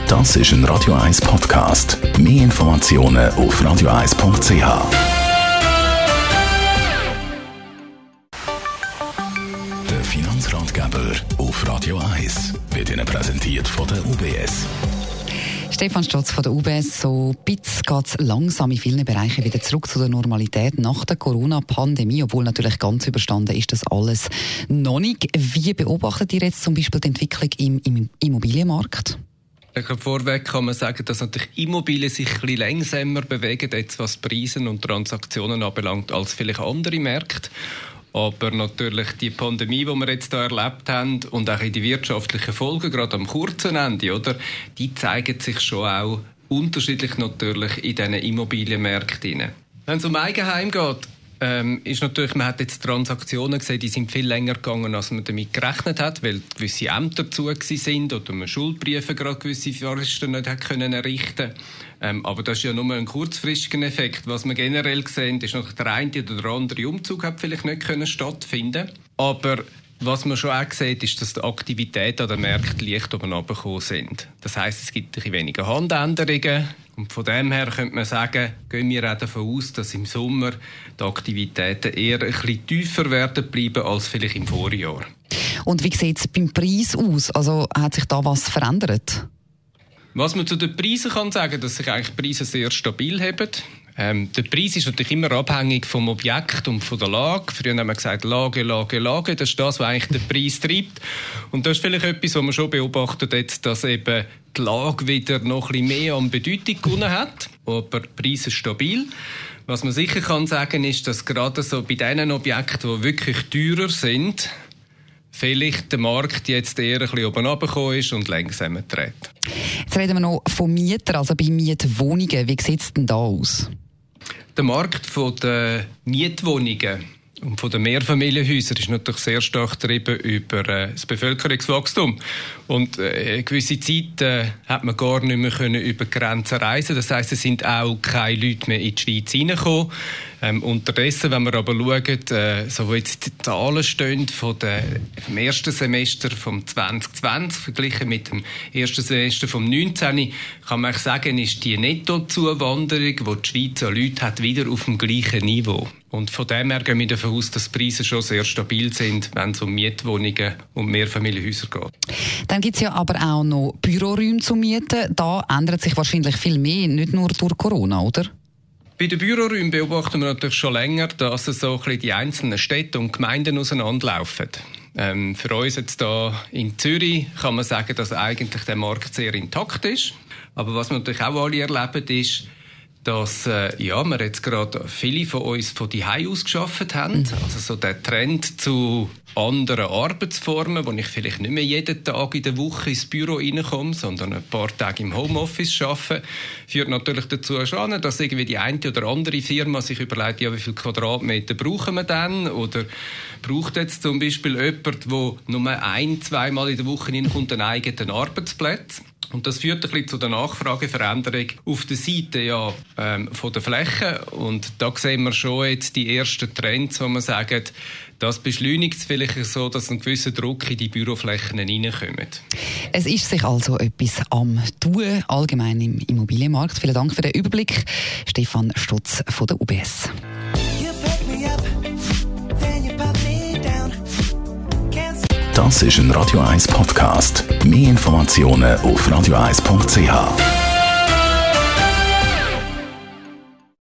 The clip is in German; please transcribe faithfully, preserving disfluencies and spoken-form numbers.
Das ist ein Radio eins Podcast. Mehr Informationen auf radio eins punkt c h. Der Finanzratgeber auf Radio eins wird Ihnen präsentiert von der U B S. Stefan Stotz von der U B S. So ein bisschen geht es langsam in vielen Bereichen wieder zurück zu der Normalität nach der Corona-Pandemie, obwohl natürlich ganz überstanden ist das alles noch nicht. Wie beobachtet ihr jetzt zum Beispiel die Entwicklung im, im Immobilienmarkt? Ich glaube, vorweg kann man sagen, dass natürlich Immobilien sich ein bisschen langsamer bewegen, jetzt was Preise und Transaktionen anbelangt, als vielleicht andere Märkte. Aber natürlich die Pandemie, die wir jetzt hier erlebt haben und auch die wirtschaftlichen Folgen, gerade am kurzen Ende, oder, die zeigen sich schon auch unterschiedlich natürlich in diesen Immobilienmärkten. Wenn es um Eigenheim geht, ähm, ist natürlich, man hat jetzt Transaktionen gesehen, die sind viel länger gegangen, als man damit gerechnet hat, weil gewisse Ämter zu sind oder man Schuldbriefe gerade gewisse Fristen nicht hat können errichten. Ähm, aber das ist ja nur ein kurzfristiger Effekt. Was wir generell sehen, ist noch der eine oder der andere Umzug hat vielleicht nicht können stattfinden. Aber was man schon auch sieht, ist, dass die Aktivitäten an den Märkten leicht oben runtergekommen sind. Das heisst, es gibt ein bisschen weniger Handänderungen. Und von dem her könnte man sagen, gehen wir auch davon aus, dass im Sommer die Aktivitäten eher ein bisschen tiefer werden bleiben als vielleicht im Vorjahr. Und wie sieht es beim Preis aus? Also hat sich da was verändert? Was man zu den Preisen kann sagen, dass sich eigentlich die Preise sehr stabil haben. Ähm, der Preis ist natürlich immer abhängig vom Objekt und von der Lage. Früher haben wir gesagt, Lage, Lage, Lage. Das ist das, was eigentlich den Preis treibt. Und das ist vielleicht etwas, was man schon beobachtet jetzt, dass eben die Lage wieder noch ein bisschen mehr an Bedeutung gewonnen hat. Aber die Preise stabil. Was man sicher kann sagen, ist, dass gerade so bei diesen Objekten, die wirklich teurer sind, vielleicht der Markt jetzt eher ein bisschen oben runtergekommen ist und langsamer dreht. Jetzt reden wir noch von Mietern, also bei Mietwohnungen. Wie sieht es denn da aus? Der Markt der Mietwohnungen und von den Mehrfamilienhäusern ist natürlich sehr stark getrieben über äh, das Bevölkerungswachstum. Und äh, eine gewisse Zeit äh, hat man gar nicht mehr können über die Grenzen reisen. Das heisst, es sind auch keine Leute mehr in die Schweiz reingekommen. Ähm, unterdessen, wenn wir aber schauen, äh, so wo jetzt die Zahlen stehen von der, vom ersten Semester vom zwanzig zwanzig verglichen mit dem ersten Semester vom neunzehn, kann man sagen, ist die Nettozuwanderung, die die Schweiz an Leuten hat, wieder auf dem gleichen Niveau. Und von dem her gehen wir davon aus, dass die Preise schon sehr stabil sind, wenn es um Mietwohnungen und Mehrfamilienhäuser geht. Dann gibt es ja aber auch noch Büroräume zu mieten. Da ändert sich wahrscheinlich viel mehr, nicht nur durch Corona, oder? Bei den Büroräumen beobachten wir natürlich schon länger, dass so ein bisschen die einzelnen Städte und Gemeinden auseinanderlaufen. Ähm, für uns jetzt hier in Zürich kann man sagen, dass eigentlich der Markt sehr intakt ist. Aber was wir natürlich auch alle erleben, ist, dass äh, ja, wir jetzt gerade viele von uns von die Hause aus gearbeitet haben. Mhm. Also so der Trend zu anderen Arbeitsformen, wo ich vielleicht nicht mehr jeden Tag in der Woche ins Büro reinkomme, sondern ein paar Tage im Homeoffice arbeite, führt natürlich dazu schon, dass irgendwie die eine oder andere Firma sich überlegt, ja, wie viele Quadratmeter brauchen wir denn? Oder braucht jetzt zum Beispiel jemand, der nur ein-, zweimal in der Woche reinkommt, einen eigenen Arbeitsplatz? Und das führt ein bisschen zu der Nachfrageveränderung auf der Seite ja, ähm, von der Flächen. Und da sehen wir schon jetzt die ersten Trends, wo man sagt, das beschleunigt es vielleicht so, dass ein gewisser Druck in die Büroflächen hineinkommt. Es ist sich also etwas am Tun, allgemein im Immobilienmarkt. Vielen Dank für den Überblick. Stefan Stotz von der U B S. Das ist ein Radio eins Podcast. Mehr Informationen auf radio eins punkt c h.